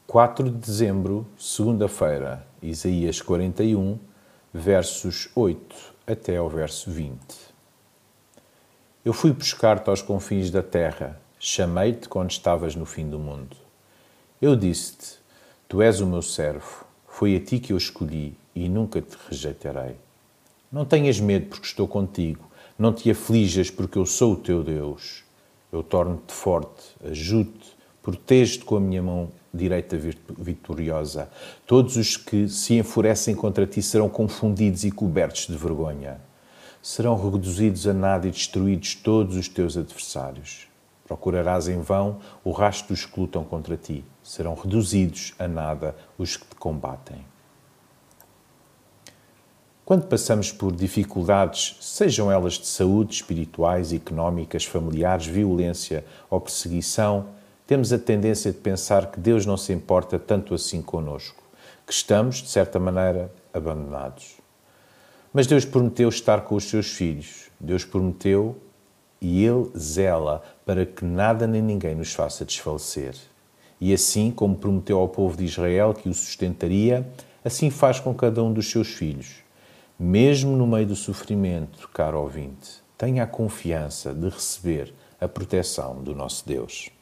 4 de dezembro, segunda-feira, Isaías 41, versos 8 até ao verso 20. Eu fui buscar-te aos confins da terra, chamei-te quando estavas no fim do mundo. Eu disse-te, tu és o meu servo, foi a ti que eu escolhi e nunca te rejeitarei. Não tenhas medo porque estou contigo, não te aflijas porque eu sou o teu Deus. Eu torno-te forte, ajudo-te, protejo-te com a minha mão direita vitoriosa. Todos os que se enfurecem contra ti serão confundidos e cobertos de vergonha. Serão reduzidos a nada e destruídos todos os teus adversários. Procurarás em vão o rastro dos que lutam contra ti. Serão reduzidos a nada os que te combatem. Quando passamos por dificuldades, sejam elas de saúde, espirituais, económicas, familiares, violência ou perseguição, temos a tendência de pensar que Deus não se importa tanto assim connosco, que estamos, de certa maneira, abandonados. Mas Deus prometeu estar com os seus filhos. Deus prometeu e Ele zela para que nada nem ninguém nos faça desfalecer. E assim como prometeu ao povo de Israel que o sustentaria, assim faz com cada um dos seus filhos. Mesmo no meio do sofrimento, caro ouvinte, tenha a confiança de receber a proteção do nosso Deus.